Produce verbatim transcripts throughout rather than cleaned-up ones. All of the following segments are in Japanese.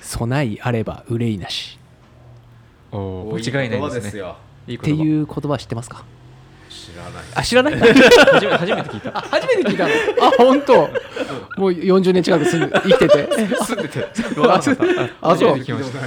備えあれば憂いなし。 お間違いないですね。 いいっていう言葉知ってますか？ 知らない。 あ、知らない初め初めて聞いた。 あ、初めて聞いたの。あ、本当。もうよんじゅうねん近く住んで生きてて住んでてあ、そう。 聞きました。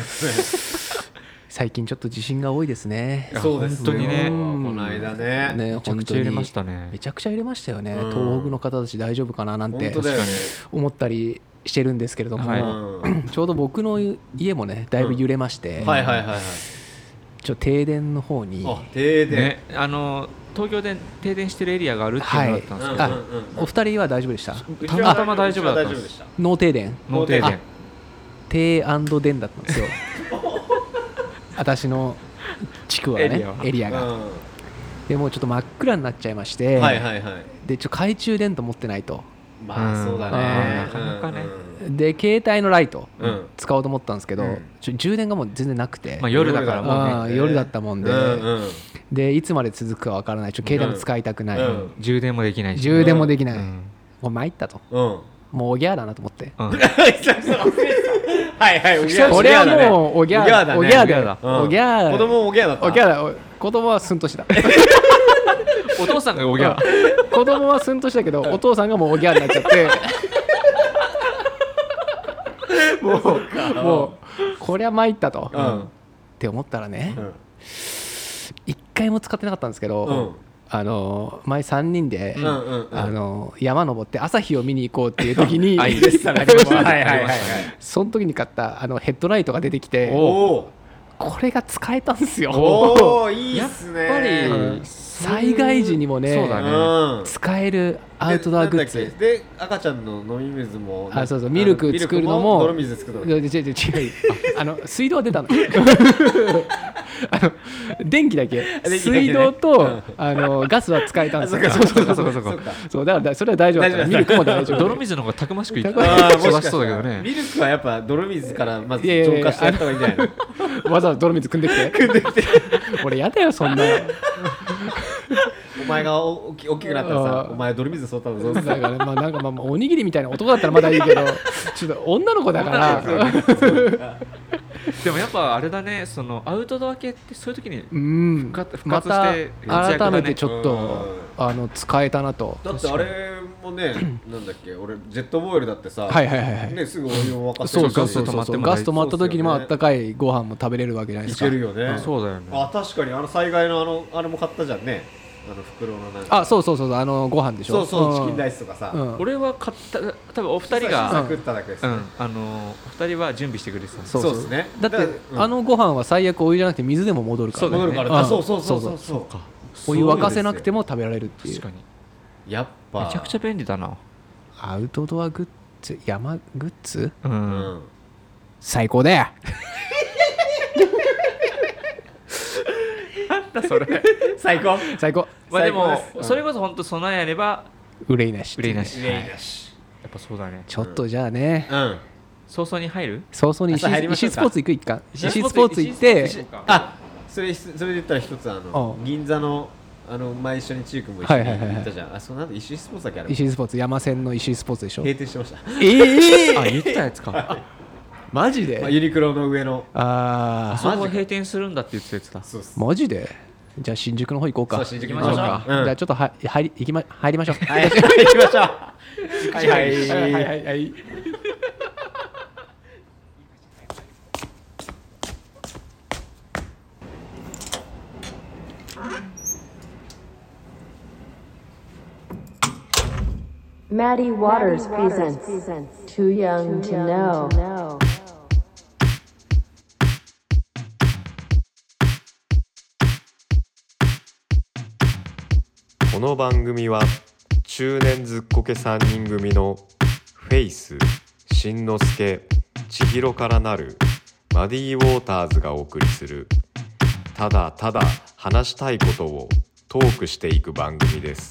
最近ちょっと地震が多いですね。 そうです本当にね。 この間ね。 ね、 めちゃくちゃ揺れましたね。 めちゃくちゃ揺れましたよね。 うん、 東北の方たち大丈夫かななんて思ったりしてるんですけれども、 はい、 ちょうど僕の家もねだいぶ揺れまして、 うん、はいはいはいはい。 ちょ停電の方に。 あ、停電。 ね、あの東京で停電してるエリアがあるっていうのだったんですけど、 はい、お二人は大丈夫でした？ たまたま大丈夫だったんです。 ノー停電。 ノー停電。 停&電だったんですよ。私の地区はね、エリアは、エリアが、うん、でもうちょっと真っ暗になっちゃいまして、はいはいはい、でちょ懐中電灯持ってないと、 まあそうだね、なかなかね、 で携帯のライト使おうと思ったんですけど、うん、ちょ充電がもう全然なくて、 まあ、夜だからもう、ね、 夜だったもんで、うんうん、でいつまで続くかわからない、ちょ携帯も使いたくない、うん、 充電もできないし、 充電もできない、うん、もう参ったと、 うん、 もうおぎゃーだなと思って、うんはいはい、おぎゃー、これはもうおぎゃーだ、おぎゃーだ、おぎゃー、 子供もおぎゃーだった、 おぎゃーだ、子供はスンとしたお父さんがおぎゃー、子供はスンとしたけどお父さんがもうおぎゃーになっちゃってもうもうこりゃ参ったと、うん、って思ったらね、うん、一回も使ってなかったんですけど、うん、あの前さんにんで、うんうんうん、あの山登って朝日を見に行こうっていう時にその時に買ったあのヘッドライトが出てきて、おこれが使えたんですよ。 おいいっすね。 やっぱり、うん、災害時にもね、そうだね、うん、使えるアウトドアグッズで, で赤ちゃんの飲み水も、 あ、そうそう、ミルク作るのも泥水作るの違う違う違うあの水道は出たのあの電気だけ水道と、うん、あのガスは使えたんですよ。そうそうそうそうそうそう、だからそれは大丈夫だった。ミルクも大丈夫。 泥水の方がたくましくいって育ちそうだけどね。 ミルクはやっぱ泥水からまず浄化してやった方がいいんじゃないの。 わざわざ泥水汲んできて汲んできて俺やだよそんなお前が大きくなったらさ、お前泥水吸ったのぞ。 だから、ね、まあなんかまあおにぎりみたいな男だったらまだいいけどちょっと女の子だからでもやっぱあれだね、そのアウトドア系ってそういう時に復活、復活ましてた改めてちょっとあの使えたなと。 だってあれもね、なんだっけ、俺ジェットボイルだってさ、 はいはいはい、 ね、すぐお湯を沸かせるし、そうそうそうそう、ガス止まった時にもあったかいご飯も食べれるわけじゃないですか。 いけるよね、 うん、そうだよね。 あ、確かにあの災害のあのあれも買ったじゃんね、あの袋のなんか、 あ、そうそうそう、あのご飯でしょ。 そうそう、チキンライスとかさ、うん、 俺は買った、多分お二人が食っただけですね、 うん、あのお二人は準備してくれてた。 そうそうですね。 だって、うん、あのご飯は最悪お湯じゃなくて水でも戻るから、ね、 戻るから、あ、そうそうそうそうそうか、 お湯沸かせなくても食べられるっていう。 確かに、 やっぱめちゃくちゃ便利だな。 アウトドアグッズ、山グッズ、 うん、 最高だよなんだそれ最高最高。 まあでもそれこそ本当備えあれば憂いなし、 憂いなし、 憂いなし、 やっぱそうだね。 ちょっとじゃあね、 うん、 早々に入る？ 早々に石石スポーツ行く一回。石スポーツ行って、 あ、それそれで言ったら一つ、あの銀座のあの前一緒にチークも一緒に行ったじゃん。あ、そう、なんで石スポーツだっけあれ？ 石スポーツ、山線の石スポーツでしょ。 閉店してました。 ええあ、言ってたやつか。 マジで？ まあ、ユニクロの上の。 ああ。 そこ閉店するんだって言ってたやつだ。 そうです。 マジで？じゃあ新宿の方行こうか。 そう、新宿行きましょうか。 じゃあちょっとは入り行きま入りましょう。 はい、行きましょう。はいはいはいはいはい。 Maddie Waters presents Too Young to Know. この番組は中年ずっこけさんにん組のフェイス、しんのすけ、ちひろからなるマディ・ウォーターズがお送りするただただ話したいことをトークしていく番組です。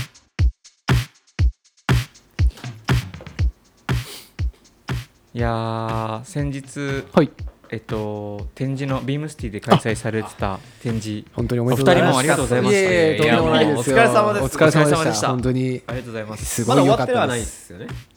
いやー、先日、 はい、 えっと、展示のビームスティで開催されてた展示、 本当におめでとうございます。 お二人もありがとうございます。 いえいえ、とんでもないですよ。 お疲れ様です。 お疲れ様でした。 本当にありがとうございます。 すごい良かったです。 まだ終わってはないですよね。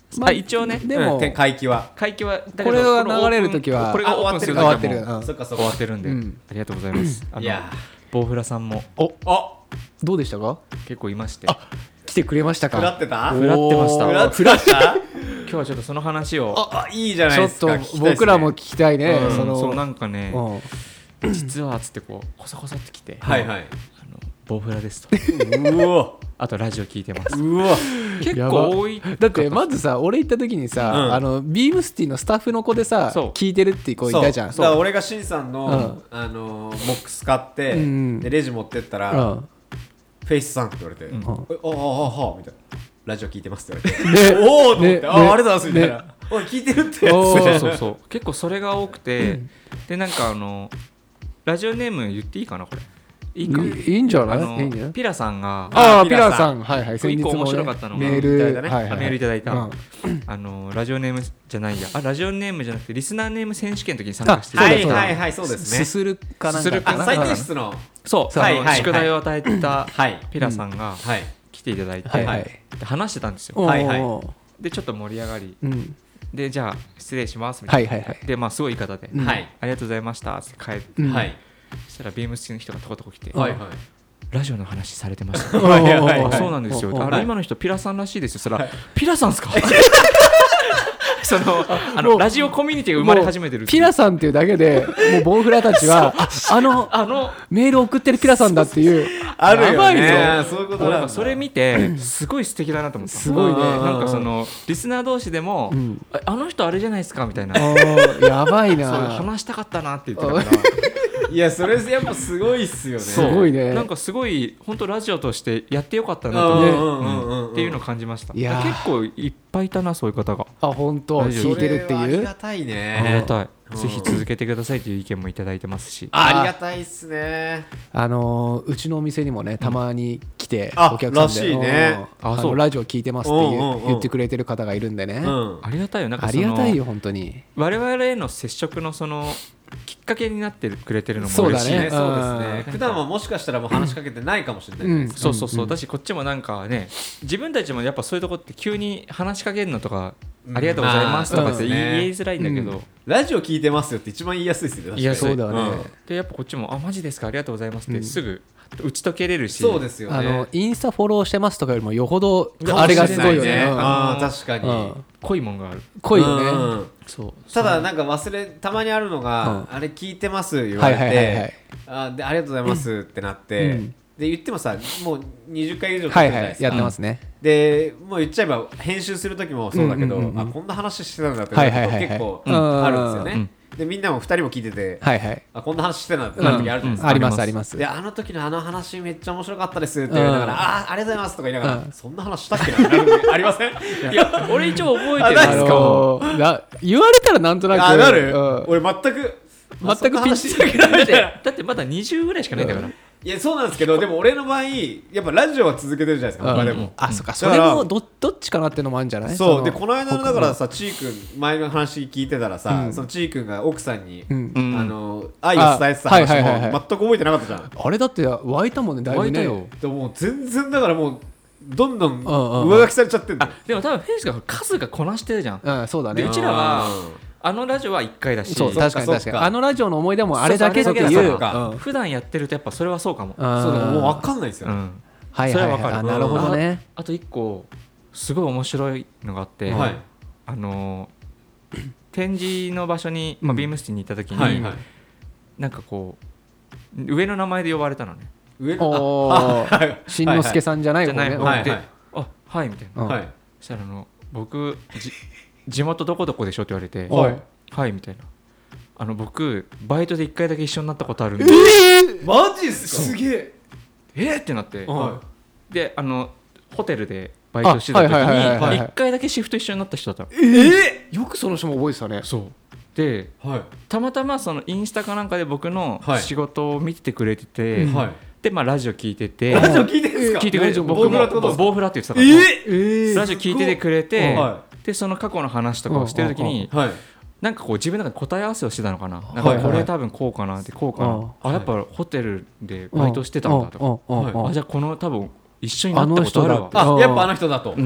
まああ一応ねでも、 うん、会期は会期はだこれが流れる時はこれがオープンする時終わはってる終わってるそっかそっか終わってるんで、 うん、 ありがとうございますあのいやボウフラさんもおあどうでしたか？ 結構いまして来てくれましたか？ フラってたフラってましたフラってました今日はちょっとその話をあいいじゃないちょっですかと僕らも聞きたいね、 うんそのそうなんかねうん実はつってこうコソコソってきてはいはいあのボウフラですとうわあとラジオ聞いてますうわ結構多いだってまずさ俺行った時にさ、 うんあのビームスティのスタッフの子でさそう聞いてるっていう子いたじゃん。 そうだから俺がしんさんの、 うんあのーボックス買って、 うんでレジ持ってったら、 うんフェイスさんって言われて、 うんえああああみたいなラジオ聞いてますって言われて、おおと思って、 ねああありがとうございますみたいねな、おい聞いてるってやつおーそうそうそう結構それが多くてでなんかあのラジオネーム言っていいかなこれいいかいいいんじゃない？ あのいいんじゃない？ ピラさんがああピピラさんラさんはいはい先日も、ね、 一個面白かったのがメールいただいたねはいはいはいメールいただいた、 うんあのラジオネームじゃないやあラジオネームじゃなくてリスナーネーム選手権の時に参加してあそうだはいはいはいそうですねすするかなんかすするかなあ再提出のそう、 はいはいはいあの宿題を与えたはいピラさんがはい来ていただいて、 はいはいで話してたんですよおーはいはいおーでちょっと盛り上がりうんでじゃあ失礼しますみたな、 はいいはいはいでまあすごい言い方で、 うんはいありがとうございましたって帰って、 うんはいそしたらビームスの人がとことこ来て、 はいはいラジオの話されてましたおーおーはいおーあそうなんですよ。 おーあれ今の人ピラさんらしいですよ。そしたら、ピラさんですか？そのあもうのラジオコミュニティが生まれ始めてるっていう。 ピラさんっていうだけでもうボンフラたちはああのあのメール送ってるピラさんだっていうあるよやばいぞねそういうことなんだ俺なんかそれ見てすごい素敵だなと思った。 すごいねなんかそのリスナー同士でも、 うんああの人あれじゃないですかみたいな。 あーやばいそうな話したかったなって言ってたから。 いやそれやっぱすごいっすよねすごいねなんかすごい本当ラジオとしてやってよかったなとうんうん思うんうんってっていうのを感じました。 いやー結構いっぱいいたなそういう方が。 あ本当大丈夫聞いてるってそれはあいうりがたいありねがたい。 うんぜひ続けてくださいという意見もいただいてますし。 ありがたいっすねあのーうちのお店にもねたまに来てあお客さんでらしいねうんああそうのラジオ聞いてますってうんうん言うんう言ってくれてる方がいるんでねうんありがたいよ。なんかあそのりがたいよ本当に我々への接触のそのきっかけになってくれてるのもそうだ嬉しいねねそうですうんね普段はもしかしたらもう話しかけてないかもしれないじゃないですかそうそうそう、だしこっちもなんかね自分たちもやっぱそういうとこって急に話しかけるのとか、 うんありがとうございますとかって言い,、 まあそうですね言いづらいんだけど、 うんラジオ聞いてますよって一番言いやすいですよね言いやすいそうだねうんでやっぱこっちもあマジですかありがとうございますっうんてすぐ打ち解けれるし、 そうですよねあのインスタフォローしてますとかよりもよほどいやあれがすごいよねかもしれないねうんああ確かにうん濃いもんがある。 濃いよねうんそうただなんか忘れたまにあるのが、 うんあれ聞いてます言われて、 はいはいはいはいあでありがとうございますってなって、 うんで言ってもさもうにじゅっかい以上聞いてはいはいるじゃないですか、 やってますねでもう言っちゃえば編集する時もそうだけど、 うんうんうんうんあこんな話してたんだってはいはいはいはい結構うんあるんですよね、 うんでみんなもふたりも聞いてて、 はいはいあこんな話してたんだってなる時あるじゃないですか、 ありますうんありますであの時のあの話めっちゃ面白かったですって言いながら、 うんああありがとうございますとか言いながら、 うんそんな話したっけなってなる時ありませんいや俺一応覚えてるあないあですかのーな言われたらなんとなくあなる、 うん俺全く全くピンチそんな話したっけなみたいなだってまだにじゅうぐらいしかないんだから、 いやそうなんですけどでも俺の場合やっぱラジオは続けてるじゃないですか他でも、 うんあそっかだそれからもどどっちかなってのもあるんじゃないそうでのこの間のだからさちーくん前の話聞いてたらさ、 うんそのちーくんが奥さんに、 うんうんあの愛を伝えてた話あはいはいはいはいも全く覚えてなかったじゃん、 あれだって湧いたもんねだいぶね湧いたよ。 でももう全然だからもうどんどんうんうん上書きされちゃってんだよあでも多分フェイスが数がこなしてるじゃん。 うんそうだねでうちらはあのラジオはいっかいだしそうそうか確かに確かにそうかあのラジオの思い出もあれだけってそうそういうそうかうん普段やってるとやっぱそれはそうかも。 うんそうだもう分かんないですよね、 うんはいはいはいそれはわかるあなるほどねあと一個すごい面白いのがあって、 はいあのー展示の場所に、まあ、ビームスティに行った時に、 はいはいなんかこう上の名前で呼ばれたのね。 上のおああはいしんのすけさんじゃないじゃない方ねではいはいあはいみたいな。 うんはいそしたらあの僕じ地元どこどこでしょって言われてはいはいみたいな。あの僕バイトでいっかいだけ一緒になったことあるんでマジっすかすげええーってなってはであのホテルでバイトしてた時あはいはいはいはいはいにいっかいだけシフト一緒になった人だったの。 えよくその人も覚えてたねそうでいはいたまたまそのインスタかなんかで僕のはい仕事を見ててくれてて、 はいでまあラジオ聞いててラジオ聞いてるんですか聞いてくれてボ僕もーフラってことですかボウフラって言ってたから、 ええラジオ聞いててくれて、 はでその過去の話とかをしてる時に、 はいなんかこう自分の中で答え合わせをしてたのかな、なんはいはいかこれ多分こうかなってこうかな、 うんあやっぱホテルでバイトしてたんだとか、 うんうんうんうんあじゃあこの多分一緒になったあの人だことあるわああやっぱあの人だと、 うん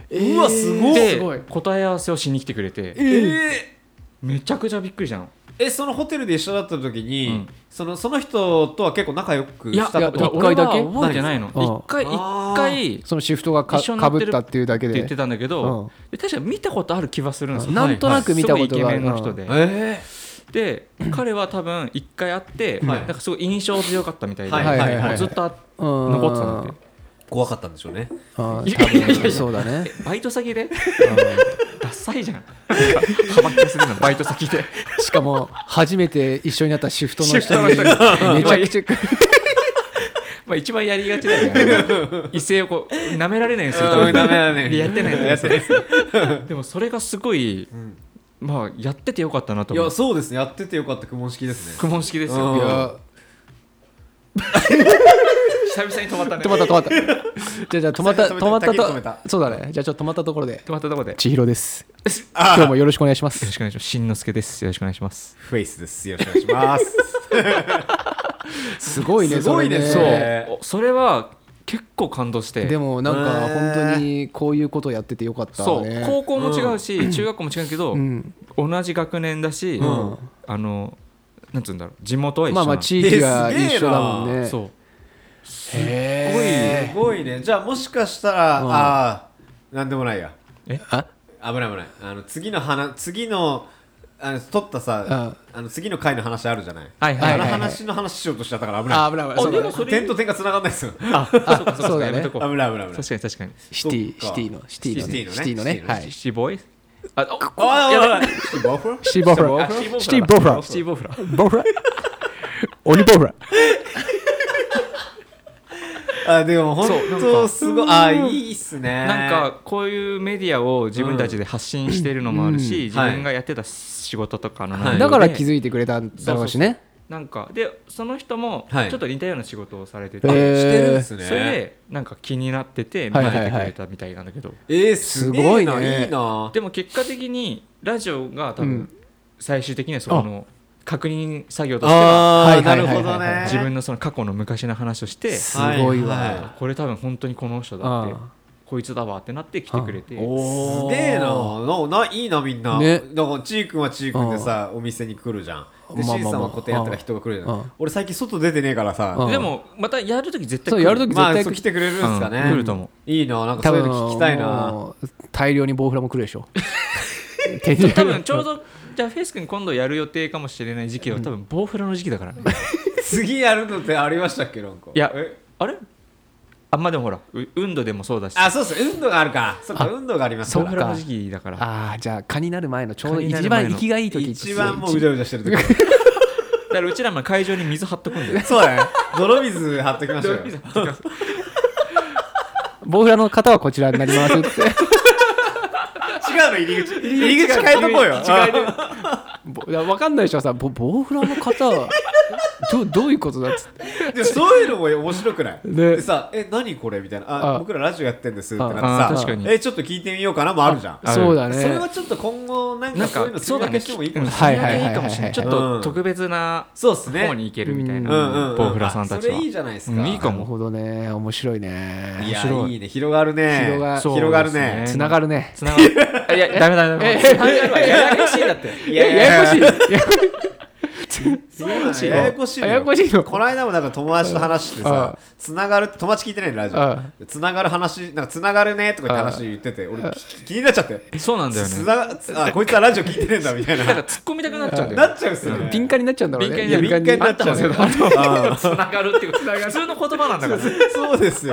うわすごいですごい答え合わせをしに来てくれて、 えーめちゃくちゃびっくりしたの。 えそのホテルで一緒だった時に、 うん、 そのその人とは結構仲良くいやしたこと一回だけ俺は覚えてないの。一回あー一回そのシフトがか一緒になってるかぶったっていうだけでって言ってたんだけど、 うんで確かに見たことある気はするんですよ。 なんとなく見たことがあるすごいイケメンの人で、 えで彼は多分一回会って、 はいなんかすごい印象強かったみたいで、 はいはいはいはいもうずっとあうん残ってたんだって。 ー、怖かったんでしょうね。 うんいやいやいやいや多分そうだねえバイト先でダッサいじゃん。幅利かせるのバイト先で。 しかも初めて一緒になったシフトのシフ人にトの人がめちゃくちゃまあ一番やりがちだよね。異性をこう舐められないんですよ。 うんダメだねでやってないんですよやってないでもそれがすごい、まあやっててよかったなとい思う。 やそうですね、やっててよかった苦悶式ですね。 苦悶式ですうんよ。 いや久々に止まったね。 止まった止まったじゃあじゃあ止まった止めた止まっただけ止めたとそうだねじゃあちょっと止まったところで止まったところで。よ千尋ですあ今日もよろしくお願いしますろしくお願いします。しんのすけです。よろしくお願いします。 フェイスです。よろしくお願いしますすごいねすごいねそれねそうおそれは結構感動して。 でもなんかへー本当にこういうことやっててよかったそうね高校も違うし、中学校も違うけど、 うん同じ学年だし、 んあのなんつうんだろう、地元は一緒まあなの。 まあ地域が一緒だもんねそうへすごいね。じゃあもしかしたら、 うんああなんでもないや。 あ危ない危ない。あの次の話次のあの撮ったさ、あの次の回の話あるじゃない。 はいはいあのはい話の話しようとしちゃったから危ない。 あ危ない危ないそうだねでもそれ点と点が繋がんないですよ。 あそうかそうかそうだねやめとこう危ない危ない危ない。 確かに確かに。 シティそっかシティのシティのシティのねシティのねシティのねはいシティボーイあおあやばいあシボフシティボフラあシティボフラシティボフラボフラ鬼ボフラあでも本そうなん当かすごいあいいっすね。 なんかこういうメディアを自分たちで発信してるのもあるし、自分がやってた仕事とかの内容で、 だから気づいてくれたんだろうしねなんかでその人もはいちょっと似たような仕事をされてて、 へーしてるんですね。 それでなんか気になってて見はいはいはいせてくれたみたいなんだけど、 えー、すごいなすごいねいいな。 でも結果的にラジオが多分うん最終的にはその確認作業としてはああなはいはいはいはいるほどね。 自分のその過去の昔の話をして、 すごいわはいはこれ多分本当にこの人だってあこいつだわってなって来てくれて、 すげえななないいなみんな、 ねだからちーくんはちーくんでさお店に来るじゃんでまあまあまあ C さんは個展やったら人が来るじゃうんん俺最近外出てねえからさうんでもまたやるとき絶対そう来るやるとき絶対まあそう来てくれるんですかね、 うん来ると思う。 いいななんか多分そういうの聞きたいなもう大量にボウフラも来るでしょ多分ちょうどじゃあフェイス君今度やる予定かもしれない時期は多分ボウフラの時期だからね。 次やるのってありましたっけなんかいやえあれあんまあでもほらう運動でもそうだしあそうそう運動があるかそっかあ運動がありますからボウフラの時期だからああじゃあ蚊になる前のちょうど蚊になる前の一番生きがいい時一番もううじゃうじゃしてる時だからうちらも会場に水張っとくんだよ。 そうだね泥水張っときましょうよ水張っときますボウフラの方はこちらになりますって違うの入り口入り口変えとこうよ違いでぼいや分かんないでしょさボボウフラの方はどうどういうことだっつってでもそういうのも面白くないねでさえ何これみたいなああ僕らラジオやってんですってなってあさ確かにえちょっと聞いてみようかなもあるじゃんあそうだねそれはちょっと今後なんなんかそういうのかそうだね積み分けしてもいいかもしれはないいはいはいいいかもしれない。ちょっうんと特別なそうっすね方に行けるみたいうんうんうんうんなボウフラさんたちはあそれいいじゃないですかうんいいかもなるほどね面白いねいや面白いいいね広がるね広がそう広がるそうですねねつながるねつながるあいやダメダメダメつながるわややこしいだっていやいややこしいやそうなのしいややこしいのよややこしいのこの間もなんか友達と話してさつながるって友達聞いてないのラジあオつながる話なんかつながるねとかって話言ってて俺き気になっちゃってそうなんだよねつながつあこいつはラジオ聞いてねえんだみたいななんか突っ込みたくなっちゃうんだよなっちゃうっすよね敏感になっちゃうんだろうね敏感にいや敏感になっちゃうよつながるっていう普通の言葉なんだからそうですよ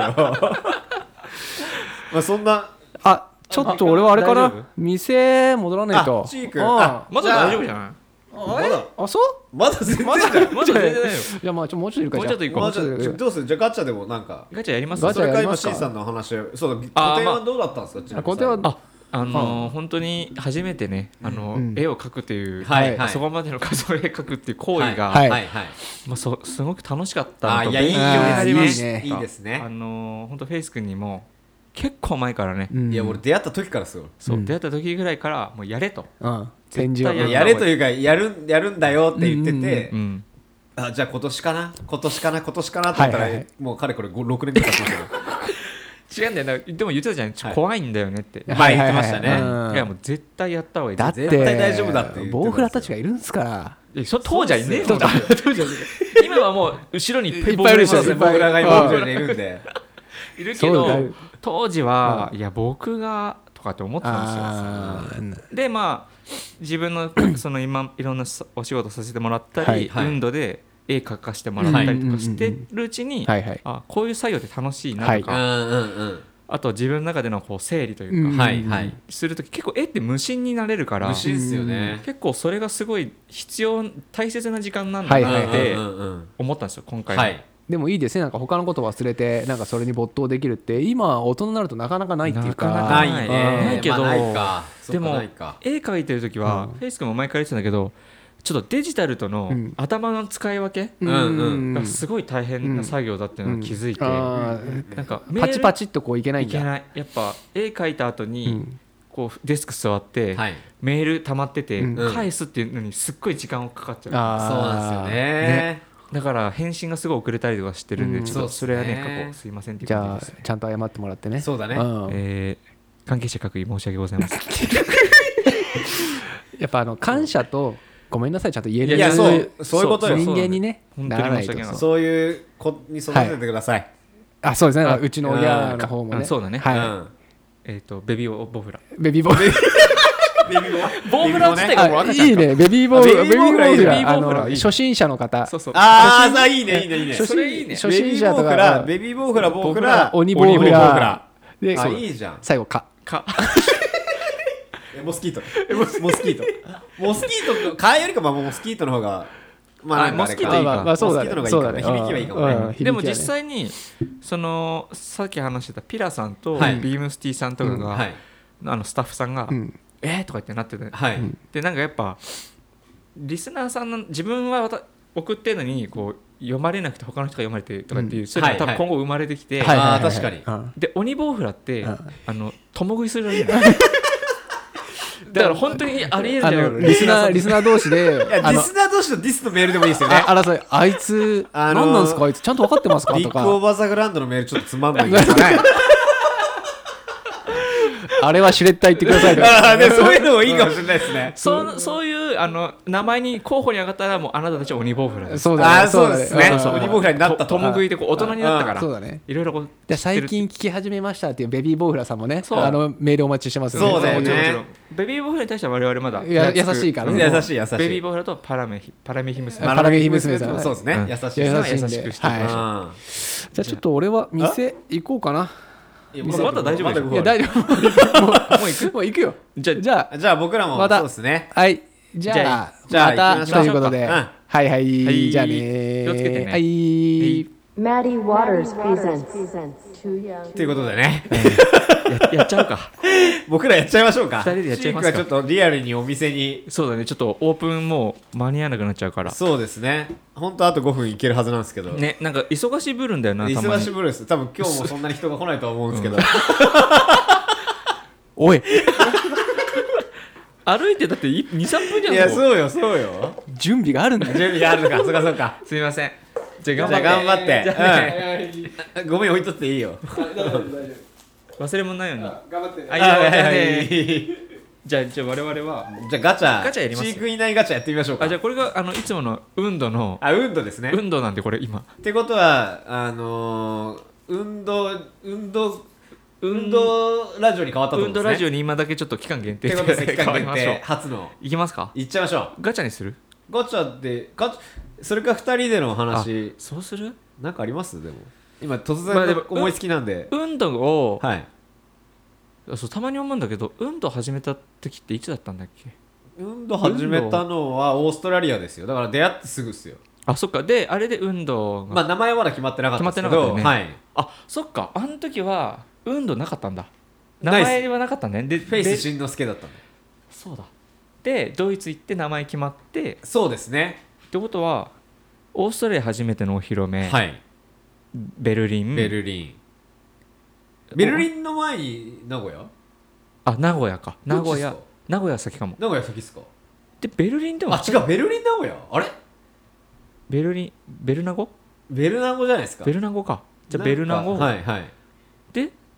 まあそんなあちょっと俺はあれかな大丈夫店戻らないとあチークああまだ大丈夫じゃないまだあそうまだ全然じゃんまだ全然だよいやまあちょもうちょっといるかもうちょっと行こうまあじゃあもうちょっとどうするじゃあガチャでもなんかガチャやりますガチャそれか今やります C かさんの話そうだあー個展はどうだったんですかちなみにあ個展はああのー本当に初めてねあのうん絵を描くっていうはいはいそこまでの数え描くっていう行為がはいはいはいまあそすごく楽しかったのとあいやいい勉強になりましいいねたいいですねあのー本当フェイス君にも結構前からねうんいや俺出会った時からですよそううん出会った時ぐらいからもうやれとうん展示絶対はいややれというかやるやるんだよって言っててうんあじゃあ今年かな今年かな今年かなって言ったら、 はいはいはいもうかれこれごろくねんぐらい経ちましたけど違うんだよな。でも言ってたじゃん、ちょはい怖いんだよねって、 前言ってましたね、 はいはいはいいやもう絶対やった方がいい。 だって絶対大丈夫だって言ってたんですよボウフラたちがいるんですから。 いやそ当時はいねえもんだ今はもう後ろにいっぱいいっぱいいるでしょそうですね僕らが今後ろにいるんでいるけそうだよど当時はいや僕がとかって思ってたんですよ。 あーでまあ自分のその今いろんなお仕事させてもらったり、 はいはい運動で絵描かしてもらったりとかしてるうちに、 はいはいあこういう作業って楽しいなとか、 うんうんうんあと自分の中でのこう整理というか、 うんはいはいするとき結構絵って無心になれるから無心っすよね結構それがすごい必要大切な時間なんだなってうんうんうんうん思ったんですよ今回の、 はいでもいいですね。なんか他のこと忘れてなんかそれに没頭できるって今大人になるとなかなかないっていうか。 なかなかないないねないけどまあないかでもそっかないか絵描いてる時は、 うんフェイス君も前から言ってたんだけどちょっとデジタルとのうん頭の使い分けうんうんがすごい大変な作業だっていうのを気づいて、 あーなんかパチパチチっとこういけないんだ。 いけないやっぱ絵描いた後に、 うんこうデスク座って、 はいメール溜まってて、 うん返すっていうのにすっごい時間かかっちゃう、 あーそうなんですよねだから返信がすごい遅れたりとかしてるんで、 うんちょっとそれはねそうっすね過去すいませんっていうじゃあ感じですね。 ちゃんと謝ってもらってね。 そうだねんえー関係者各位申し訳ございません。 やっぱあの感謝とごめんなさいちゃんと言えるいやそうそういうことよ人間にね本当にならないと申し訳ないそういう子に育ててくださいあそうですねあうちの親の方もねうんそうだねはいうんえっとベビーボフラベビーボーボフラ自体がもうあ赤ちゃんかいいねベビーボーあベビーボーベビーボーフラフラあベビーボーフラいいの初心者の方そうそうあーさいいねいいねいいね初それいいね初心者とベビーボーフラかベビーボーフラボーフラ鬼ボーフ鬼ボーフララであいいじゃん最後かかえモスキートモスモスキートモスキート蚊よりかまあモスキートの方がまあなんかあれかモスキートいいかまあまあそうだねモスキートの方がいいかそうだね響きはいいかもねうん響きはねでも実際にそのさっき話してたピラさんとはいビームスティーさんとかが、 はいあのスタッフさんが、 うんえーとか言ってなってて、 はいでなんかやっぱリスナーさんの自分はわた送ってるのにこう読まれなくて他の人が読まれてとかっていう、 うんそういうのが多はい分今後生まれてきて、 はいはいはいあー確かにうんで鬼ボウフラって、 うんあの共食いするらしいのだから本当にありえるんあじゃないかなのリスナーリスナー同士でいやあのリスナー同士のディスのメールでもいいですよねあ争いあいつあのー何なんですかあいつちゃんと分かってますかビッグとかオーバーザグランドのメールちょっとつまんないですかねあれはシュレッダー言ってくださいとああねそういうのもいいかもしれないですねそうそういうあの名前に候補に上がったらもうあなたたちは鬼ボウフラですそうだねあーそうですねそうそう鬼ボウフラになったとと共食いでこう大人になったからそうだねいろいろこうで最近聞き始めましたっていうベビーボウフラさんもねそうあのメールお待ちしてますそうだよねもちろんもちろんベビーボウフラに対しては我々まだいや優しいからね優しい優しいベビーボウフラとパラメヒパラメヒ娘パラメヒ娘さんそうですねうん優しい優しいん優しでくしていきましょうはあいじゃあちょっと俺は店行こうかなーまだ大丈夫でしょいや大丈夫もうもう行くもう行くよじゃあじゃあじゃあ僕らもまたそうですねはいじゃあじゃあまた行きましょうということでうんはいはいはいじゃあね気をつけてねはい Maddie Waters presents Too Young. ということでねややっちゃうか僕らやっちゃいましょうか二人でやっちゃいますかチークはちょっとリアルにお店にそうだねちょっとオープンもう間に合わなくなっちゃうからそうですね本当あとごふんいけるはずなんですけどねなんか忙しぶるんだよなたまに忙しぶるです多分今日もそんなに人が来ないとは思うんですけどおい歩いてだってにさんぷんじゃんいやもうそうよそうよ準備があるんだよ準備があるのかそうかそうかすみませんじゃあじゃあ頑張って頑張ってじゃあねうんごめん置いとっていいよ忘れ物ないように頑張ってねあいやじゃあはいねじゃあじゃあ我々はじゃあガチャガチャやりますよチークいないガチャやってみましょうかあじゃあこれがあのいつもの運動のあ運動ですね運動なんでこれ今ってことはあのー運動運動運動ラジオに変わったってことですね運動ラジオに今だけちょっと期間限定ってことですね期間限変わりましょう定初のいきますかいっちゃいましょうガチャにするガチャでガチャそれかふたりでの話そうするなんかありますでも今突まあでも然思いつきなんで運動をはいそうたまに思うんだけど運動始めた時っていつだったんだっけ運動始めたのはオーストラリアですよだから出会ってすぐっすよあそっかであれで運動がまあ名前はまだ決まってなかったですけど決まってなかったよはいあそっかあの時は運動なかったんだ名ないっす前はなかったねでフェイでスしんのすけだったんでそうだでドイツ行って名前決まってそうですねってことはオーストラリア初めてのお披露目、 はいベルリンベルリンベルリンの前に名古屋あ名古屋か名古屋どっちっすか名古屋先かも名古屋先っすかでベルリンでもあ違うベルリン名古屋あれベルリンベルナゴベルナゴじゃないですかベルナゴかじゃあベルナゴ、 はいはいで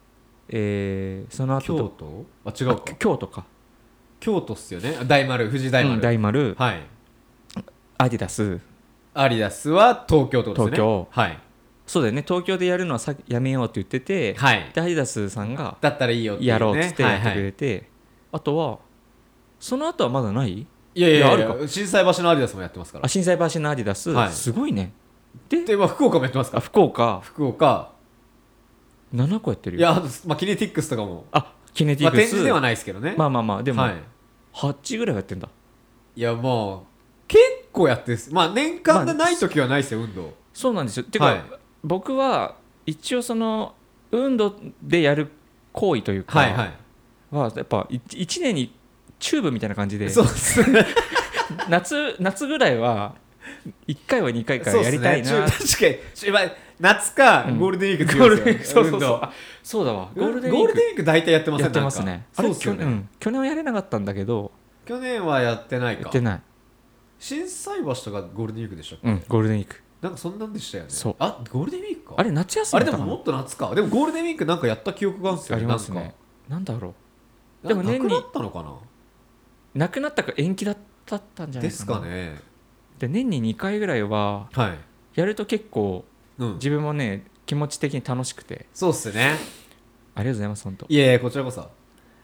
えー、その後京都あ違うか京都か京都っすよね大丸富士大丸、 うん、大丸、 はいアディダスアディダスは東京ってことですね東京はいそうだよね東京でやるのはさやめようって言ってて、 はいでアディダスさんがだったらいいよっていう、ね、 やろうっつってやってくはいはいれて、あとはその後はまだないいやいやいやいやあるか心斎橋のアディダスもやってますからあ心斎橋のアディダス、 はいすごいねでで、まあ、福岡もやってますかあ福岡福岡ななこやってるよいや、まあ、キネティックスとかもあキネティまあ、 クス、 展示ではないですけどねまあまあまあでも、 はい、 はちぐらいはやってんだいやもう結構やってるっすまあ年間でない時はないですよ、運動そうなんですよてか、 はい僕は一応その運動でやる行為というかはいはいはやっぱいちねんにチューブみたいな感でそうっすね夏夏ぐらいはいっかいはにかいかやりたいな、 そうっすね確かに夏かゴールデンウィークゴールデンウィーク強いですよ、 そうそうそう運動あそうだわゴゴールデンウィーク大体やってませんやってますねなんかあれそうっすよね、 去うん去年はやれなかったんだけど去年はやってないかやってない心斎橋とかゴールデンウィークでしたっけ、 うんゴールデンウィークなんかそんなんでしたよねそうあゴールデンウィークかあれ夏休あみだったかなれでももっと夏かでもゴールデンウィークなんかやった記憶があるんですよありますなんねなんだろかでも年になくなったのかなうなくなったか延期だったんじゃないですかなかねで年ににかいぐらいははい、 やると結構うん、 自分もね気持ち的に楽しくてそうっすねありがとうございます本当いやいやこちらこそ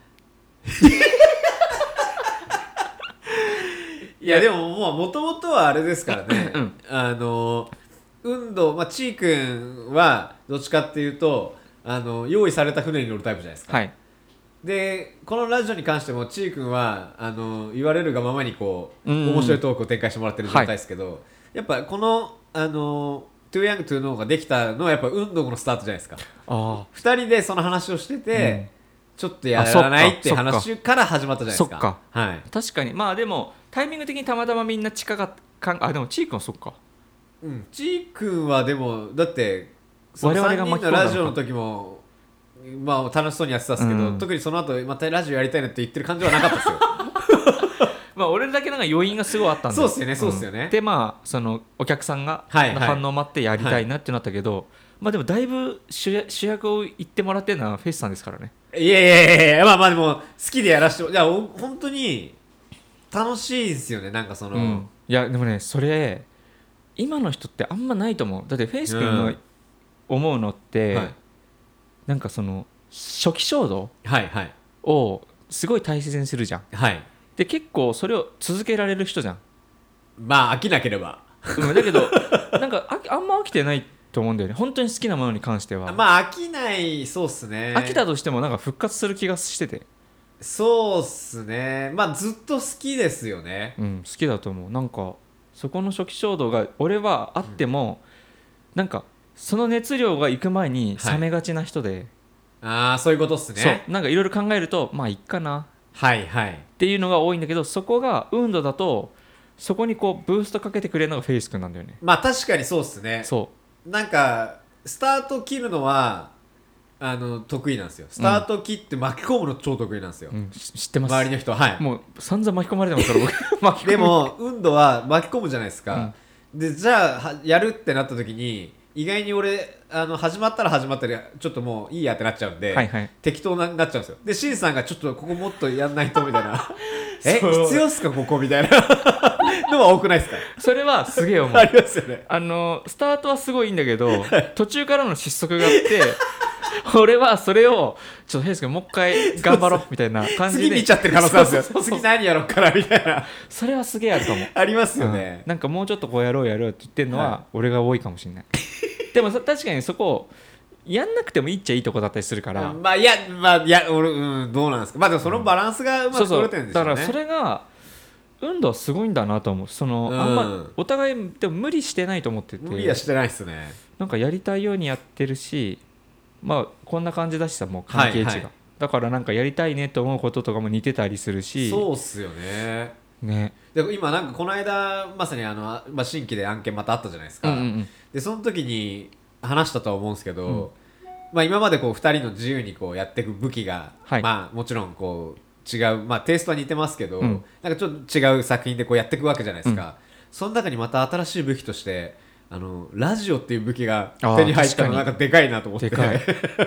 いやでももうもともとはあれですからね、 うんあの運動まあちーくんはどっちかっていうとあの用意された船に乗るタイプじゃないですか、 はいでこのラジオに関してもちーくんはあの言われるがままにこう、 うん面白いトークを展開してもらってる状態ですけど、やっぱこのあのToo Young to Knowができたのはやっぱ運動のスタートじゃないですかあふたりでその話をしてて、 うんちょっとやらないってあそっか話から始まったじゃないですかそっかはい、 あ確かにまあでもタイミング的にたまたまみんな近かったかんあでもチー君はそっかうん、ちーくんはでもだってその我々がさんにんのラジオの時もまあ楽しそうにやってたんですけど、 うん特にその後またラジオやりたいなって言ってる感じはなかったですよまあ俺だけなんか余韻がすごいあったんだそうっすよねそうっすよねんでまあそのお客さんがはいはい反応を待ってやりたいなってなったけど、まあでもだいぶ主役主役を言ってもらってるのはフェイスさんですからねいやいやいやいやまあまあでも好きでやらしてもいやお本当に楽しいですよねなんかその、 うんいやでもねそれ今の人ってあんまないと思うだってフェイス君のうん思うのって、 はいなんかその初期衝動はいはいをすごい大切にするじゃんはいで結構それを続けられる人じゃん、 まあ飽きなければうん、だけどなんかああんま飽きてないと思うんだよね本当に好きなものに関しては、 まあ飽きないそうっすね飽きたとしてもなんか復活する気がしてて、 そうっすねまあずっと好きですよねうん、好きだと思うなんかそこの初期衝動が俺はあっても、なんかその熱量が行く前に冷めがちな人で、 ああそういうことっすねそうなんかいろいろ考えるとまあいっかなはいはいっていうのが多いんだけどそこが運動だとそこにこうブーストかけてくれるのがフェイス君なんだよねまあ確かにそうっすねそなんかスタート切るのはあの得意なんですよスタート切って巻き込むの超得意なんですよ、 う、うん、し知ってます周りの人ははいもう散々巻き込まれてますから僕巻き込むでも運動は巻き込むじゃないですか、でじゃあはやるってなった時に意外に俺あの始まったら始まったらちょっともういいやってなっちゃうんで、 はいはい適当になっちゃうんですよでシンさんがちょっとここもっとやんないとみたいなえそう必要っすかここみたいなのは多くないですかそれはすげえ思うありますよねあのスタートはすごいいいんだけど途中からの失速があって俺はそれをちょっとヘイス君もう一回頑張ろうみたいな感じで次見ちゃってる可能性あるんですよそうそうそう次何やろうかなみたいなそれはすげえあるかもありますよねうん、なんかもうちょっとこうやろうやろうって言ってるのはは俺が多いかもしれないでもさ確かにそこやんなくてもいいっちゃいいとこだったりするから、 まあいやまあいや俺うんどうなんですかまあでもそのバランスがうまく取れてるんでしょうねだからそれが運動はすごいんだなと思うその、 うんあんまお互いでも無理してないと思ってて無理はしてないっすねなんかやりたいようにやってるしまあこんな感じだしさもう関係値が、 はいはいだからなんかやりたいねと思うこととかも似てたりするしそうっすよねねで今なんかこの間まさにあの、まあ、新規で案件またあったじゃないですか、 うんうんうんでその時に話したとは思うんですけど、まあ、今までこうふたりの自由にこうやっていく武器が、 はいまあ、もちろんこう違う、まあ、テイストは似てますけど、 うんなんかちょっと違う作品でこうやっていくわけじゃないですか、その中にまた新しい武器としてあのラジオっていう武器があー手に入ったの確かになんかでかいなと思ってでかい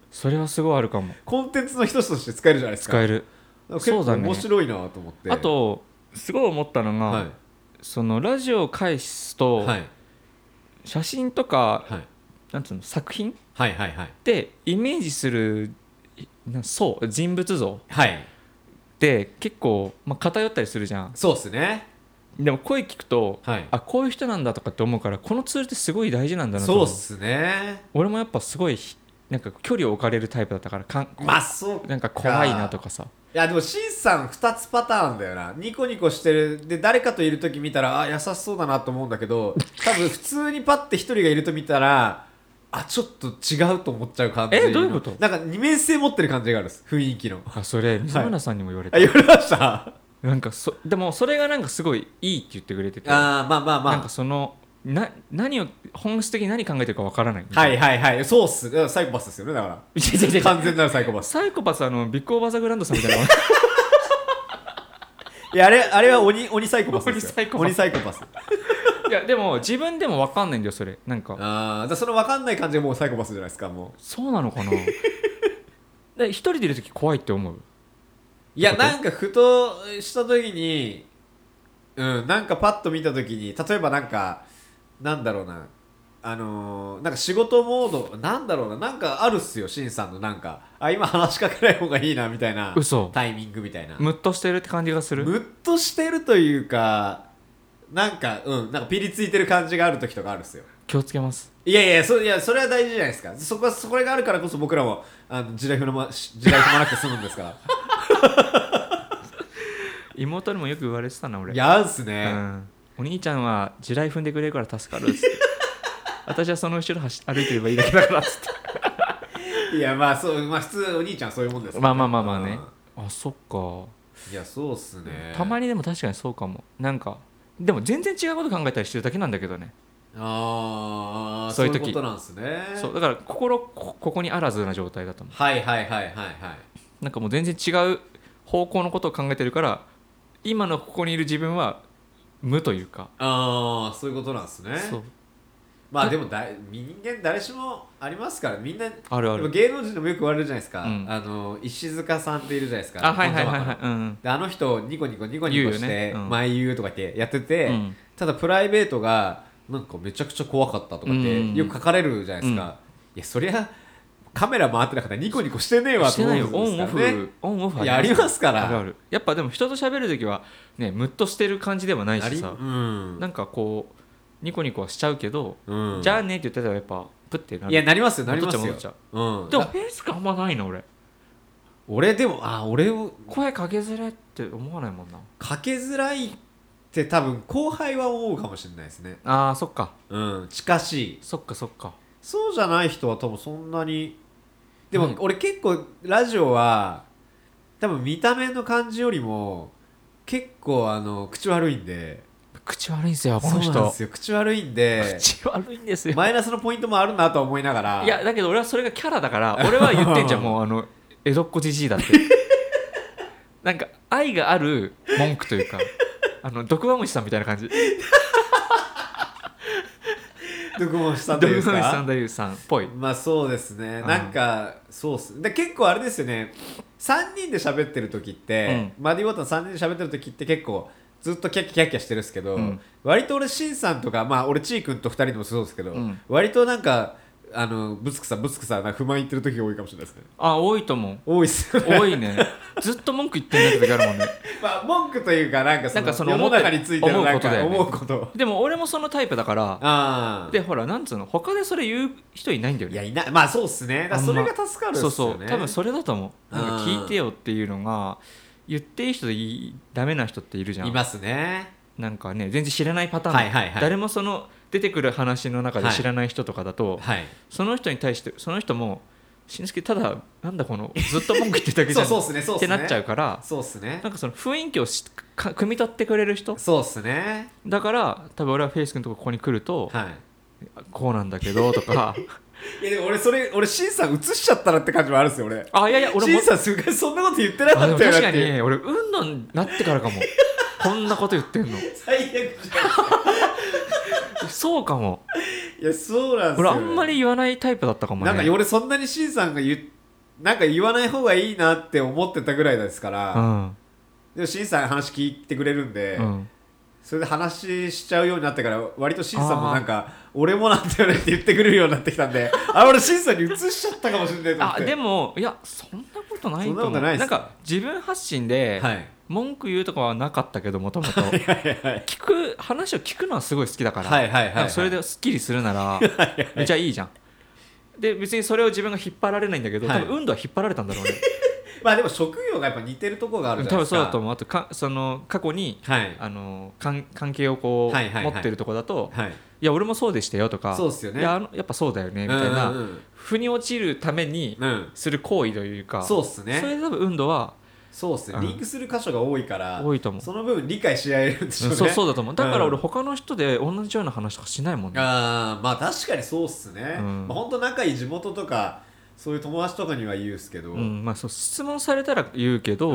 それはすごいあるかも。 コンテンツの一つとして使えるじゃないですか。 使える。 結構面白いなと思って、 あとすごい思ったのが、 はい、 そのラジオを返すと、 はい、 写真とか、 はい、 なんつうの作品はいはいはいでイメージするなそう人物像はいって結構、まあ、偏ったりするじゃん。 そうっすね。 でも声聞くと、 はい、 あこういう人なんだとかって思うから、このツールってすごい大事なんだなと思う。 そうっすね。 俺もやっぱすごいなんか距離を置かれるタイプだったから、かんまあそうなんか怖いなとかさ。 いやでもシンさんふたつパターンだよな。ニコニコしてるで誰かといるとき見たらあ優しそうだなと思うんだけど、多分普通にパッて一人がいると見たらあちょっと違うと思っちゃう感じ。 えどういうこと？ なんか二面性持ってる感じがあるんです、雰囲気の。 あそれ水村さんにも言われた、 あ言われました。 なんかそでもそれがなんかすごいいいって言ってくれてて、 あーまあまあまあなんかそのな何を本質的に何考えてるかわからない。 はいはいはいそうっす。サイコパスですよねだから。 違う違う違う完全なるサイコパス。 サイコパスあのビッグオーバーザグランドさんみたいな。 いやあれあれは鬼鬼サイコパスですよ。 鬼サイコパス鬼サイコパス。 いやでも自分でも分かんないんだよそれ。なんかああ、その分かんない感じがもうサイコパスじゃないですかもう。 そうなのかな。で一人でいる時怖いって思う。 いやなんかふとした時に、うんなんかパッと見た時に例えばなんかなんだろうなあのー、なんか仕事モードなんだろうななんかあるっすよシンさんのなんかあ今話しかけない方がいいなみたいな嘘タイミングみたいな。 ムッとしてるって感じがする。 ムッとしてるというかなんかうんなんかピリついてる感じがある時とかあるっすよ。 気をつけます。 いやいや そ, いやそれは大事じゃないですか。そこはそれがあるからこそ僕らもあの地雷踏ま地雷踏まなくて済むんですから妹にもよく言われてたな俺。 やんすね、 うん、お兄ちゃんは地雷踏んでくれるから助かるっつって私はその後ろ走歩いてればいいだけだからっつっていやまあそうまあ普通お兄ちゃんそういうもんです、ね、 まあまあまあまあね。あそっか。 いやそうっすね。 たまにでも確かにそうかも。なんかでも全然違うこと考えたりしてるだけなんだけどね。 ああそういう時そういうことなんですね。 そうだから心こここにあらずな状態だと思う。 はいはいはいはいはい。 なんかもう全然違う方向のことを考えてるから、今のここにいる自分は無というか。 ああそういうことなんですね。 そうまあでもだ人間誰しもありますからみんな。 あるある。 でも芸能人でもよく言われるじゃないですか、うん、あの石塚さんっているじゃないですか。 あはいはいはいはい、うん、 であの人ニコニコニコニコして前言うとかってやってて、 うん、 ただプライベートがなんかめちゃくちゃ怖かったとかってよく書かれるじゃないですか、うん、いやそりゃカメラ回ってなかったらニコニコしてねえわと思うんですからね。 オンオフいやありますから。 あるある。やっぱでも人と喋るときはねムッとしてる感じではないしさ、 うん、 なんかこうニコニコはしちゃうけど、うん、じゃあねって言ってたらやっぱプッてなる。 いやなりますよなりますよ。 戻っちゃう、うん、でもフェイスがあんまないの俺。 俺でもあ俺を声かけづらいって思わないもんな。 かけづらいって多分後輩は思うかもしれないですね。 あーそっか。 うん近しい。 そっかそっか。 そうじゃない人は多分そんなに。でも、うん、俺結構ラジオは多分見た目の感じよりも結構あの口悪いんで。 口悪いんですよこの人。 そうなんですよ口悪いんで口悪いんですよ。 マイナスのポイントもあるなと思いながら。 いやだけど俺はそれがキャラだから俺は言ってんじゃんもうあの江戸っ子じじいだってなんか愛がある文句というかあの毒マムシさんみたいな感じ毒マムシさんというか毒マムシさんだいうさんっぽい。 まあそうですね。なんかそうっすで結構あれですよね。さんにんで喋ってる時って、うん、マディウォーターさんにんで喋ってる時って結構ずっとキャッキャキャッキャしてるんですけど、うん、割と俺シンさんとかまあ俺チー君とふたりでもそうですけど、うん、割となんかあのブツクサブツクサなんか不満言ってる時が多いかもしれないですね。 あ多いと思う。 多いっすよね。 多いね。ずっと文句言ってる時あるもんねまあ文句というかなんかそのその世の中についてのなんか思うことだよね。思うこと。 でも俺もそのタイプだからあでほらなんつうの他でそれ言う人いないんだよね。 いやいない。まあそうっすね。だからそれが助かるっすよね。 そうそう多分それだと思う。なんか聞いてよっていうのが言っていい人でいいダメな人っているじゃん。 いますね。 なんかね全然知らないパターン、 はいはいはい、 誰もその出てくる話の中で知らない人とかだと、はい、その人に対してその人もしんすけただなんだこのずっと文句言ってるだけじゃんそうそうっすねそうっすねってなっちゃうからそうっすね。 なんかその雰囲気をしか汲み取ってくれる人そうっすね。 だから多分俺はフェイス君のとこここに来ると、はい、こうなんだけどとかいやでも俺それ俺シンさん映しちゃったらって感じもあるんですよ俺。 あいやいや俺もシンさんすごいそんなこと言ってなかったよなって。 確かに俺うんのになってからかもこんなこと言ってんの最悪じゃんそうかも。 いやそうなんですよ。 俺あんまり言わないタイプだったかもね。 なんか俺そんなにシンさんが言なんか言わない方がいいなって思ってたぐらいですから、 うん、 でもシンさん話聞いてくれるんで、 うん、 それで話しちゃうようになってから割とシンさんもなんか俺もなんだよねって言ってくれるようになってきたんであ俺シンさんに移しちゃったかもしれないと思って。 あでもいやそんなことないと思う。 そんなことないっすか。 なんか自分発信で文句言うとかはなかったけどもともと聞く話を聞くのはすごい好きだから、 はいはいはいはい、 それですっきりするならめちゃいいじゃん。で別にそれを自分が引っ張られないんだけど、多分運動は引っ張られたんだろうねまあでも職業がやっぱ似てるところがあるじゃないですか。 多分そうだと思う。あとかその過去に、はい、あの関係をこう、はいはいはい、持ってるところだと、はい、いや俺もそうでしたよとか、 そうっすよね、 いやあのやっぱそうだよねみたいな、うんうんうん、腑に落ちるためにする行為というか、 うん、そうっすね。 それで多分運動はそうっすね、うん、リンクする箇所が多いから多いと思う。 その分理解し合えるんでしょうね。 そうそうだと思う。だから俺他の人で同じような話とかしないもんね。 あまあ確かにそうっすね、 うんまあ、本当仲いい地元とかそういう友達とかには言うっすけど、 うんまあ、そう質問されたら言うけど、うん、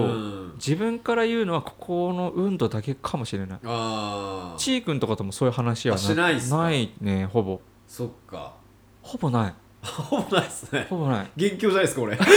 自分から言うのはここの運動だけかもしれない。あちーくんとかともそういう話は な, しないっすか。 ないね。ほぼそっかほぼないほぼないっすね。 ほぼない。 元凶じゃないですか俺こ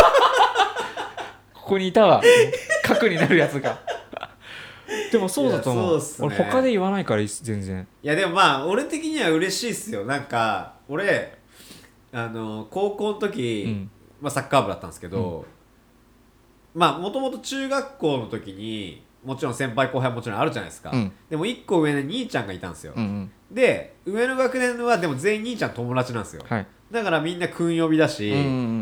こにいたわ核になるやつがでもそうだと思う。そうっすね、俺他で言わないから全然。 いやでもまあ俺的には嬉しいっすよ。なんか俺あの高校の時、うんまあ、サッカー部だったんですけど、うん、まあもともと中学校の時にもちろん先輩後輩もちろんあるじゃないですか、うん、でもいっこ上の兄ちゃんがいたんですよ、うんうん、で上の学年はでも全員兄ちゃん友達なんですよ、はい、だからみんな訓呼びだし、うんうん、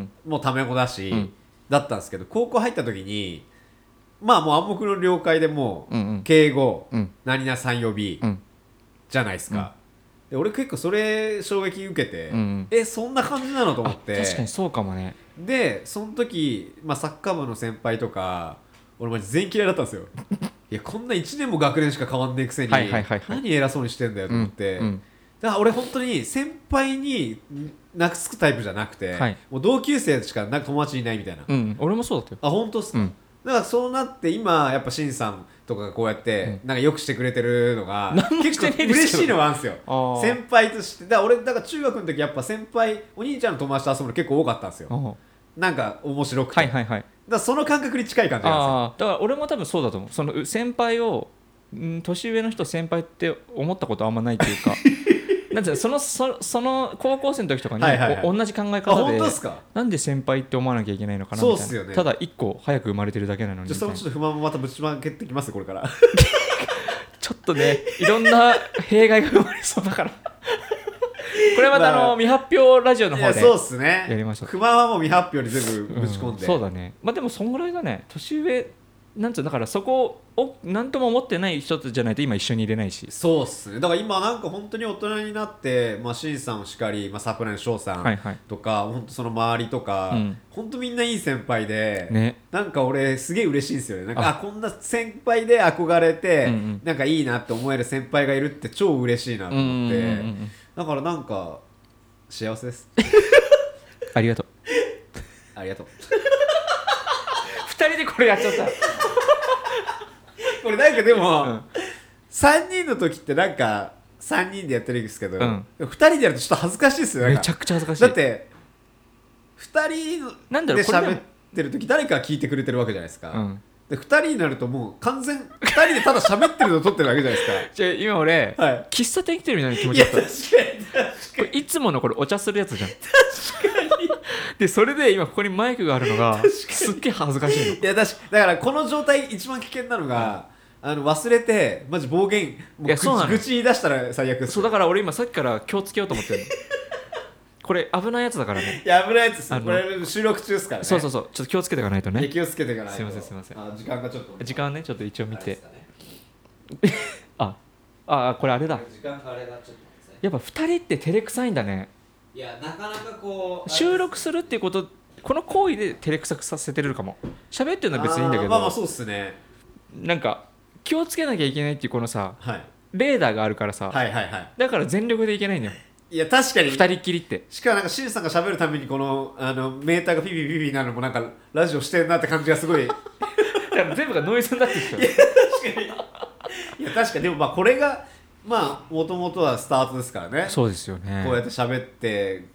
もうタメ語だし、うん、だったんですけど高校入った時にまあもう暗黙の了解でもう、うんうん、敬語、うん、何々さん呼び、うん、じゃないですか、うん、で俺結構それ衝撃受けて、うんうん、えそんな感じなのと思って。 確かにそうかもね。 でその時、まあ、サッカー部の先輩とか俺マジ全員嫌いだったんですよいやこんないちねんも学年しか変わんねえくせに、はいはいはいはい、何偉そうにしてんだよと思って、うんうん、だから俺本当に先輩に泣くつくタイプじゃなくて、はい、もう同級生しかなんか友達いないみたいな、 うん、俺もそうだったよ。 あ本当っすか、うん、だからそうなって今やっぱシンさんとかがこうやってなんかよくしてくれてるのが結構嬉しいのがあるんですよ先輩として。だから俺だから中学の時やっぱ先輩お兄ちゃんの友達と遊ぶの結構多かったんですよ。なんか面白くて、はいはいはい、だからその感覚に近い感じなんですよ。 あだから俺も多分そうだと思う。その先輩をん年上の人先輩って思ったことあんまないっていうかなんていうの その そ, その高校生の時とかに、はいはいはい、同じ考え方でなんで先輩って思わなきゃいけないのかなみたいな。そうっすよね。ただ一個早く生まれてるだけなのに。 じゃあそのちょっと不満もまたぶちまけてきますこれからちょっとねいろんな弊害が生まれそうだからこれまたあの、まあ、未発表ラジオの方でそうっすねやりましょう。 不満はもう未発表に全部ぶち込んで、 うん、そうだね。まあでもそんぐらいだね。年上なんつうだからそこを何とも思ってない人じゃないと今一緒に入れないし。 そうっすね。だから今なんか本当に大人になって、まあ、シンさんしかり、まあ、サプライの翔さんとか、はいはい、本当その周りとか、うん、本当みんないい先輩で、ね、なんか俺すげえ嬉しいんですよね。なんか あ, あこんな先輩で憧れて、うんうん、なんかいいなって思える先輩がいるって超嬉しいなと思って、うんうんうんうん、だからなんか幸せですありがとうありがとうふたりでこれやっちゃったこれなんかでも、うん、さんにんの時ってなんかさんにんでやってるんですけど、うん、ふたりでやるとちょっと恥ずかしいですよ。 めちゃくちゃ恥ずかしい。 だってふたりで喋ってる時誰かが聞いてくれてるわけじゃないですか、うん、でふたりになるともう完全ふたりでただ喋ってるのを撮ってるわけじゃないですかじゃあ今俺、はい、喫茶店来てるみたいな気持ちだった。いや確かに確かにこれいつものこれお茶するやつじゃん確かにでそれで今ここにマイクがあるのがすっげえ恥ずかしいの。いや確かだからこの状態一番危険なのが、うん、あの忘れてマジ暴言もう愚痴愚痴言い出したら最悪です。 そうだから俺今さっきから気をつけようと思ってるのこれ危ないやつだからね。 いや危ないやつです。これ収録中ですからね。 そうそうそうちょっと気をつけていかないとね。 気をつけていかないと。 すいませんすいません。 あ時間がちょっと時間ねちょっと一応見て、ね、ああこれあれだ。 時間があれだちょっと、ね、 やっぱふたりって照れくさいんだね。 いやなかなかこう収録するっていうことこの行為で照れくさくさせてるかも。喋ってるのは別にいいんだけどまあまあそうっすね。 なんか気をつけなきゃいけないっていうこのさ、はい、レーダーがあるからさ、 はいはいはい、 だから全力でいけないんだよ。 いや確かにふたりっきりってしかもなんかシンさんが喋るためにこのあのメーターがピピピピになるのもなんかラジオしてんなって感じがすごい全部がノイズになってきた。 いや確かにいや確かにでもまあこれがまあもともとはスタートですからね。 そうですよね。 こうやって喋って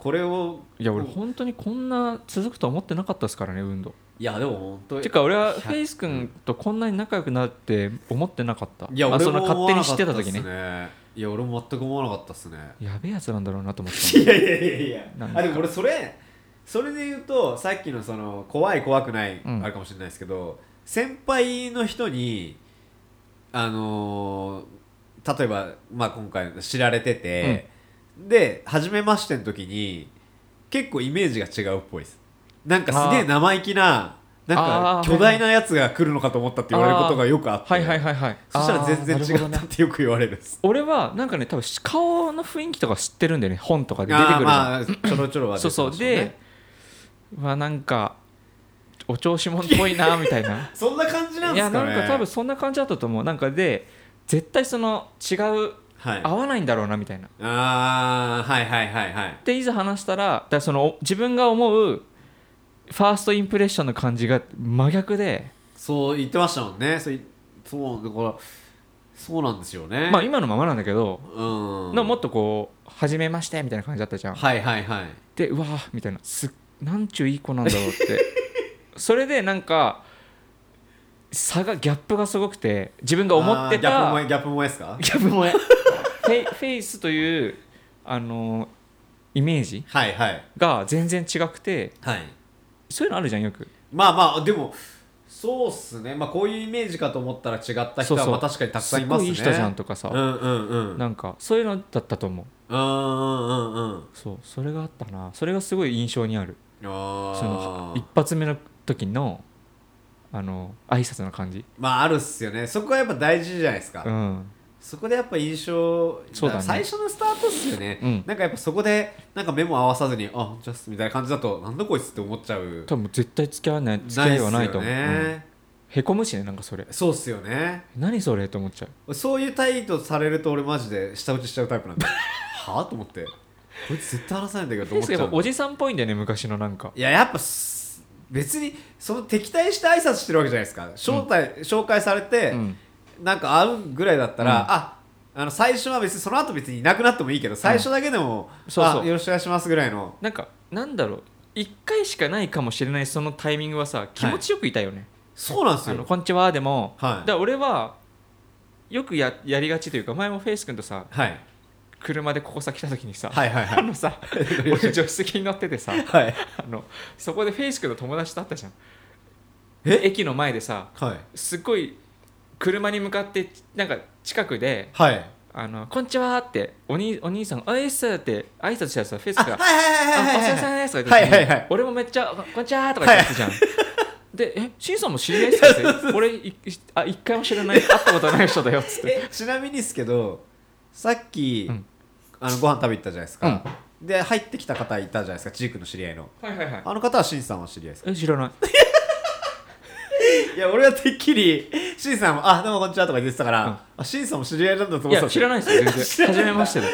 これをいや俺本当にこんな続くと思ってなかったですからね運動。 いやでも本当にてか俺はフェイス君とこんなに仲良くなって思ってなかった。 いや俺も勝手に知ってた時ね。 いや俺も全く思わなかったっすね。 やべえやつなんだろうなと思ってた。 いやいやいやいやあでも俺それそれで言うとさっきのその怖い怖くない、うん、あるかもしれないですけど先輩の人にあのー、例えば、まあ、今回知られてて、うん、で初めましての時に結構イメージが違うっぽいです。なんかすげえ生意気ななんか巨大なやつが来るのかと思ったって言われることがよくあって、 はいはいはいはい、 そしたら全然違ったってよく言われるんです、ね、 俺はなんかね多分顔の雰囲気とか知ってるんだよね。本とかで出てくるじゃん。 まあちょろちょろは出てましたね。そうそうでまあなんかお調子者っぽいなみたいなそんな感じなんですかね。いやなんか多分そんな感じだったと思う。なんかで絶対その違う、はい、合わないんだろうなみたいな。 ああはいはいはいはい。 でいざ話したら、だからその自分が思うファーストインプレッションの感じが真逆で。 そう言ってましたもんね。そうそうだからそうなんですよね。 まあ今のままなんだけど、 うん、 のもっとこう初めましてみたいな感じだったじゃん。 はいはいはい。 でうわーみたいなすなんちゅういい子なんだろうってそれでなんか差がギャップがすごくて自分が思ってたギャップ萌えギャップ萌えですか。 ギャップ萌えフェイ、フェイスというあのイメージが全然違くて、 はい、 そういうのあるじゃんよく。 まあまあでもそうっすね。まあこういうイメージかと思ったら違った人はまあ確かにたくさんいますね。 すごいいい人じゃんとかさ、 うんうんうん、 なんかそういうのだったと思う。 うんうんうんうん。 そうそれがあったな。それがすごい印象にある。 あその一発目の時のあの挨拶の感じ。 まああるっすよね。そこはやっぱ大事じゃないですか。 うん、 そこでやっぱ印象そうだね、 最初のスタートっすよね、うん、なんかやっぱそこでなんか目も合わさずにあジャスみたいな感じだとなんだこいつって思っちゃう。 多分絶対付き合わない付き合いはないと思う。 ないっすよね、 うん、へこむしねなんかそれ。 そうっすよね。 何それと思っちゃう。そういう態度されると俺マジで舌打ちしちゃうタイプなんだはぁと思ってこいつ絶対話さないんだけどと思っちゃう。 おじさんっぽいんだよね昔のなんか。 いややっぱ別にその敵対して挨拶してるわけじゃないですか。招待、うん、紹介されて、うん、なんか会うぐらいだったら、うん、ああの最初は別にその後別にいなくなってもいいけど最初だけでも、うん、そうそうよろしくお願いしますぐらいのなんかなんだろういっかいしかないかもしれないそのタイミングはさ気持ちよくいたよね、はい、 そうなんですよ。 あのこんにちはでも、 はい、 だから俺はよく や, やりがちというか前もフェイス君とさ、 はい、 車でここさ来た時にさ、 はいはいはい、 あのさ俺助手席に乗っててさ、はい、あのそこでフェイス君と友達と会ったじゃん。え駅の前でさ、はい、すっごい車に向かってなんか近くで、 はい、 あのこんにちはってお兄、お兄さんがあいっすって挨拶したらさフェイスがはいはいはいはいお疲れ様ですとか言って、はいはいはい、俺もめっちゃこんにちはとか言ってじゃん、はい、でえシンさんも知り合いですかって俺いあ一回も知らない会ったことない人だよっつってえちなみにですけどさっき、うん、あのご飯食べ行ったじゃないですか、うん、で入ってきた方いたじゃないですかチークの知り合いの、 はいはいはい、 あの方はシンさんは知り合いですか。 え知らないいや俺はてっきりシンさんもあどうもこんにちはとか言ってたから、うん、あシンさんも知り合いなんだと思ってた。 いや知らないですよ全然初めましてで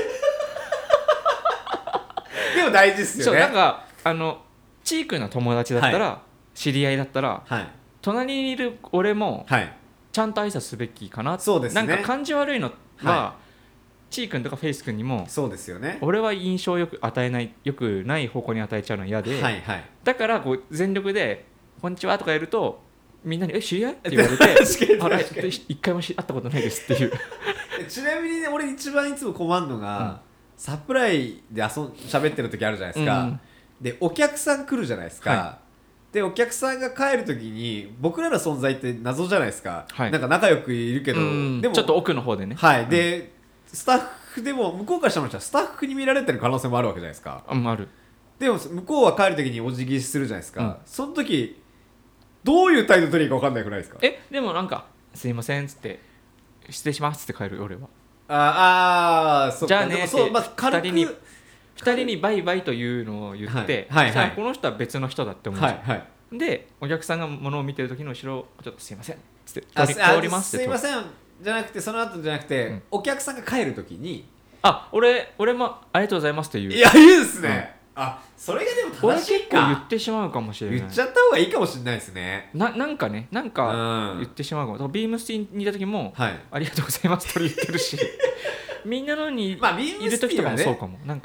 でも大事っすよね。 そうなんかあのチークの友達だったら、はい、知り合いだったら、 はい、 隣にいる俺も、はい、ちゃんと挨拶すべきかな。 そうですね。 なんか感じ悪いのは、はい、チー君とかフェイス君にもそうですよね。 俺は印象よく与えないよくない方向に与えちゃうの嫌で、 はいはい、 だからこう全力でこんにちはとかやるとみんなにえ知り合いって言われてあれ一回も会ったことないですっていうちなみに、ね、俺一番いつも困るのが、うん、サプライで遊ん喋ってる時あるじゃないですか、うん、でお客さん来るじゃないですか、はい、でお客さんが帰る時に僕らの存在って謎じゃないですか、はい、なんか仲良くいるけど、 でもちょっと奥の方でね、 はい、で、うん、スタッフでも向こうからしたらスタッフに見られてる可能性もあるわけじゃないですか。 あ、ある。 でも向こうは帰る時にお辞儀するじゃないですか、うん、その時どういう態度取りいいか分かんないくないですか。 えでもなんかすいませんっつって失礼しますって帰る俺は。 ああそうか。 じゃあねそう、まあ、 軽くふたりにふたりにバイバイというのを言って、はいはいはい、この人は別の人だって思う、はいはい、でお客さんが物を見てる時の後ろをちょっとすいませんっつって通り、通りますって。 すいませんじゃなくてその後じゃなくて、うん、お客さんが帰る時にあ俺俺もありがとうございますって言う。 いや言うんすね、うん、あそれがでも正しいか。 俺結構言ってしまうかもしれない。 言っちゃった方がいいかもしれないですね。 な, なんかねなんか言ってしまうかも。だからビームスティにいた時も、はい、ありがとうございますと言ってるしみんなのにいる時とかもそうかも、なんか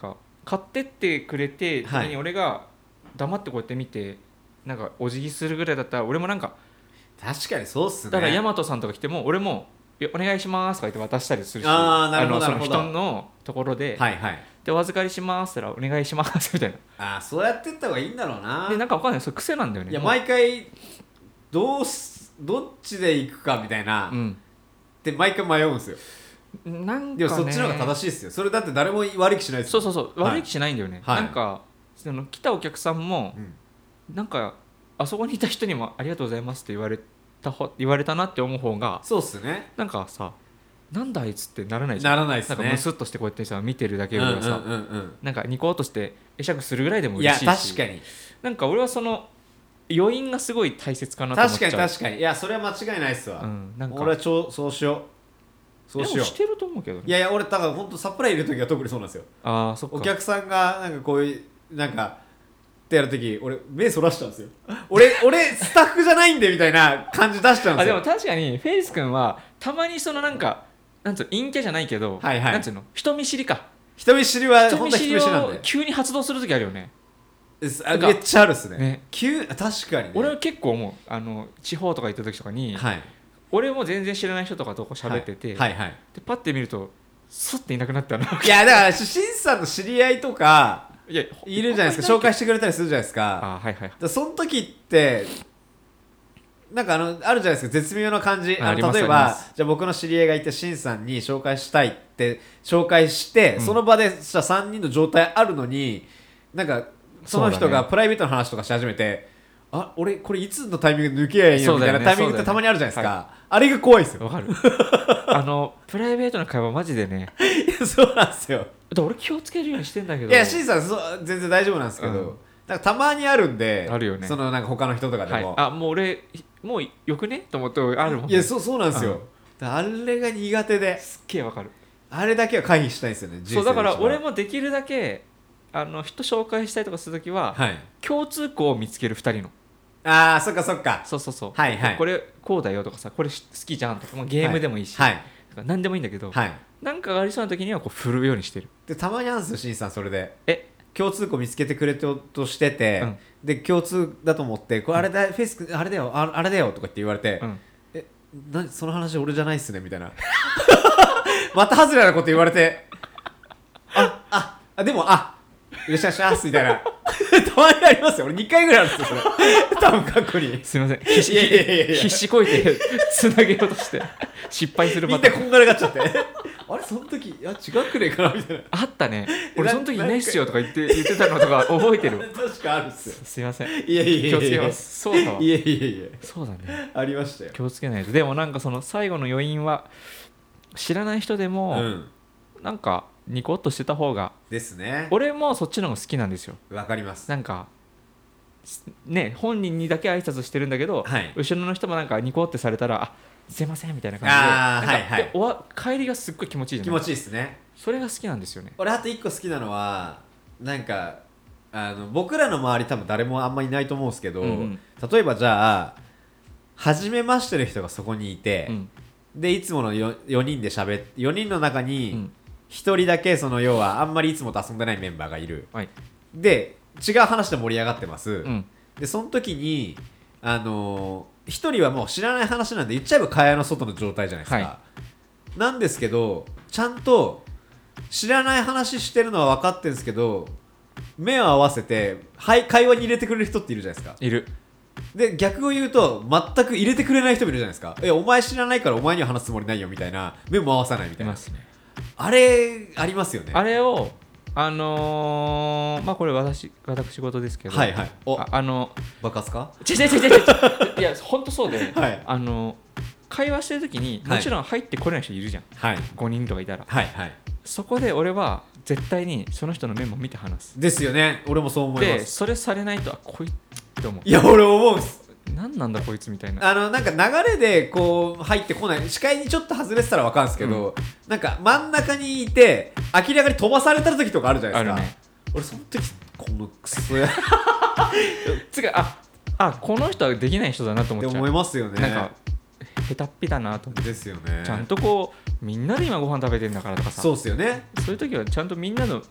買ってってくれて時はいに俺が黙ってこうやって見てなんかお辞儀するぐらいだったら俺もなんか確かにそうっすね。 だから大和さんとか来ても俺もいやお願いしますとか言って渡したりするし、 あーなるほどのそのなるほど人のところで、 はいはい。 でお預かりしますって言ったらお願いしますみたいな。 ああそうやってった方がいいんだろうな。 でなんかわかんないそれ癖なんだよね。 いや毎回どうすどっちで行くかみたいな、 うんで毎回迷うんですよ。 なんかね、 でもそっちの方が正しいですよ。それだって誰も悪い気しないですよ。 そうそうそうはい悪い気しないんだよね、 はいなんかその来たお客さんも、 うんなんかあそこにいた人にもありがとうございますって言われたほ言われたなって思う方がそうっすね。 なんかさなんだあいつってならないじゃん。 ならないっすね。 なんかムスッとしてこうやってさ見てるだけよりはさ、 うんうんうんうんなんかニコッとして会釈するぐらいでもいや嬉しいし確かになんか俺はその余韻がすごい大切かなと思っちゃう。 確かに確かにいやそれは間違いないっすわ、 うん、なんか俺はちょそうしようそうしようでもしてると思うけどね。 いやいや俺だから本当サプライいる時は特にそうなんですよ。 ああそっか。 お客さんがなんかこういうなんかってやる時俺目そらしちゃうんですよ俺俺スタッフじゃないんでみたいな感じ出しちゃうんですよ。 あでも確かにフェイス君はたまにそのなんかなんつうの陰キャじゃないけど、 はいはいなんつうの人見知りか人見知りは人本当見知りを人見知りなんで急に発動する時あるよね。なんかですあめっちゃあるっすねね急確かにね俺は結構思うあの地方とか行った時とかに、 はい俺も全然知らない人とかとこう喋ってて、 はいはい、はいでパッて見るとスッていなくなったな。 いやだからしんさんの知り合いとかいやいるじゃないですか紹介してくれたりするじゃないですか。 あはいはいだからその時ってなんかあのあるじゃないですか絶妙な感じ。あありますの例えばありますじゃあ僕の知り合いがいてしんさんに紹介したいって紹介して、 うんその場でじゃあさんにんの状態あるのになんかその人そうだねがプライベートの話とかし始めて、あ俺これいつのタイミングで抜けやいいのみたいなそうだよねタイミングってたまにあるじゃないですか、あれが怖いですよ。 わかるあのプライベートな会話マジでねいやそうなんですよ。 だから俺気をつけるようにしてんだけどいやしんさんそう全然大丈夫なんですけど、 うんなんかたまにあるんであるよねそのなんか他の人とかでも、 はい、あもう俺もうよくねと思ってあるもん、ね、 いやそうそうなんですよ、 うんだからあれが苦手ですっげえわかる。 あれだけは回避したいんですよね。 そうだから俺ももできるだけあの人紹介したりとかするときは、 はい共通項を見つけるふたりのああそっかそっかそうそうそう、 はいはいこれこうだよとかさこれ好きじゃんとか、まあ、ゲームでもいいし、 はいだから何でもいいんだけど、 はいなんかがありそうな時にはこう振るようにしてる。 でたまにあるんですよしんさんそれでえ共通項見つけてくれてとしてて、 うんで共通だと思ってこれあれだ、フェイスあれだよああれだよとか言って言われて、 うんえなその話俺じゃないっすねみたいなまた外れなこと言われてあああでもあいらっしゃいましみたいなたまにありますよ俺にかいぐらいあるんですよそれ多分過去にすいません必死いやいやいやいや必死こいてつなげようとして失敗するみパターンんなこんがらがっちゃってあれその時いや違くねえかなみたいなあったね俺なその時いないっすよとか言って言ってたのとか覚えてる確かあるっすよすいませんいやいやいやいや気をつけますそうだわいやいやいやそうだねありましたよ気をつけないと。でもなんかその最後の余韻は知らない人でも、 うんなんかニコッとしてた方がですね俺もそっちの方が好きなんですよ。 わかりますなんかね本人にだけ挨拶してるんだけど、 はい後ろの人もなんかニコってされたらあすいませんみたいな感じであーなんかはいはいで終わ帰りがすっごい気持ちいいじゃない。 気持ちいいですね。 それが好きなんですよね。 俺あと一個好きなのはなんかあの僕らの周り多分誰もあんまいないと思うんですけど、 うんうん例えばじゃあ初めましての人がそこにいて、 うんでいつもの 4, 4人で喋ってよにんの中うにんひとりだけその要はあんまりいつもと遊んでないメンバーがいる。 はいで違う話で盛り上がってます、 うんでその時にあのー、ひとりはもう知らない話なんで言っちゃえば蚊帳の外の状態じゃないですか、 はなんですけどちゃんと知らない話してるのは分かってるんですけど目を合わせて、はい、会話に入れてくれる人っているじゃないですか。 いる。 で逆を言うと全く入れてくれない人もいるじゃないですか。えお前知らないからお前には話すつもりないよみたいな、目も合わさないみたいな。 いますね。 あれありますよね。 あれをあのー、まあこれ私私事ですけど、 はいはい。おああの爆発か。 違う違う違う違ういや本当そうで、 はいあの会話してる時にもちろん入ってこれない人いるじゃん、 はいごにんとかいたら。 はいはい。 そこで俺は絶対にその人の面も見て話す。 ですよね。俺もそう思いま。 ですそれされないとあこいつって思う。 いや俺思うんす。 何なんだこいつみたいな。 あのなんか流れでこう入ってこない視界にちょっと外れてたらわかるんですけど、なんか真ん中にいて明らかに飛ばされた時とかあるじゃないですか。 あるね。 俺その時このクソやっつかああこの人はできない人だなと思てっちゃう。 思いますよね。 なんか下手っぴだなと思って。 ですよね。 ちゃんとこうみんなで今ご飯食べてんだからとかさ、 そうっすよね。 そういう時はちゃんとみんなの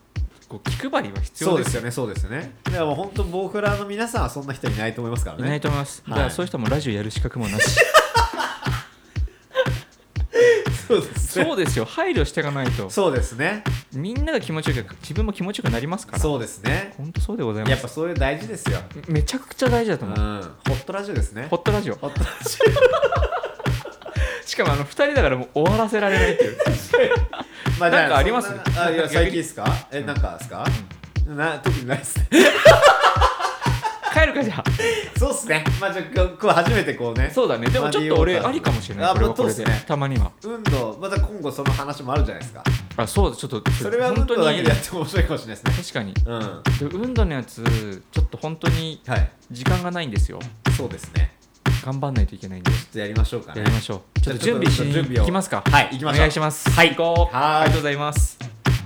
こう気配りは必要ですよね。そうですよね。そうですよね。だからもう本当ボウフラの皆さんはそんな人いないと思いますからね。 いないと思います、はい、だからそういう人もラジオやる資格もなしそうです、 ね、そうですよ。配慮していかないと。 そうですね。 みんなが気持ちよく自分も気持ちよくなりますから。 そうですね。 本当そうでございます。 やっぱそういう大事ですよ。 めちゃくちゃ大事だと思う、うん、 ホットラジオですね。 ホットラジオホットラジオしかもあのふたりだからもう終わらせられないっていうまあなんかあります？ あ、いや最近ですか？え、なんかですか？うん、な特にないですね帰るかじゃあ。 そうっすね。まあじゃあこう初めてこうね。 そうだね。でもちょっと俺ありかもしれない。 あ、そうですね。 たまには運動、また今後その話もあるじゃないですか。 あ、そうだ。ちょっとそれは運動だけでやっても面白いかもしれないですね。 確かに。 うん。 で運動のやつちょっと本当に時間がないんですよ。 そうですね。 頑張んないといけないんで。ちょっとやりましょうかね。 やりましょう。ちょっと準備しに行きますか。 はい、行きましょう。 お願いします。はい、行こう。ありがとうございます。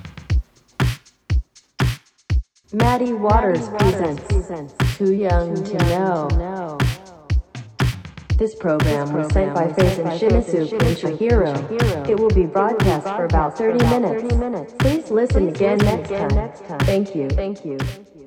Maddie Waters presents Too Young to Know. This program was sent by Faith and Shimizu in Chihiro. It will be broadcast for about thirty minutes. Please listen again next time. Thank you. Thank you.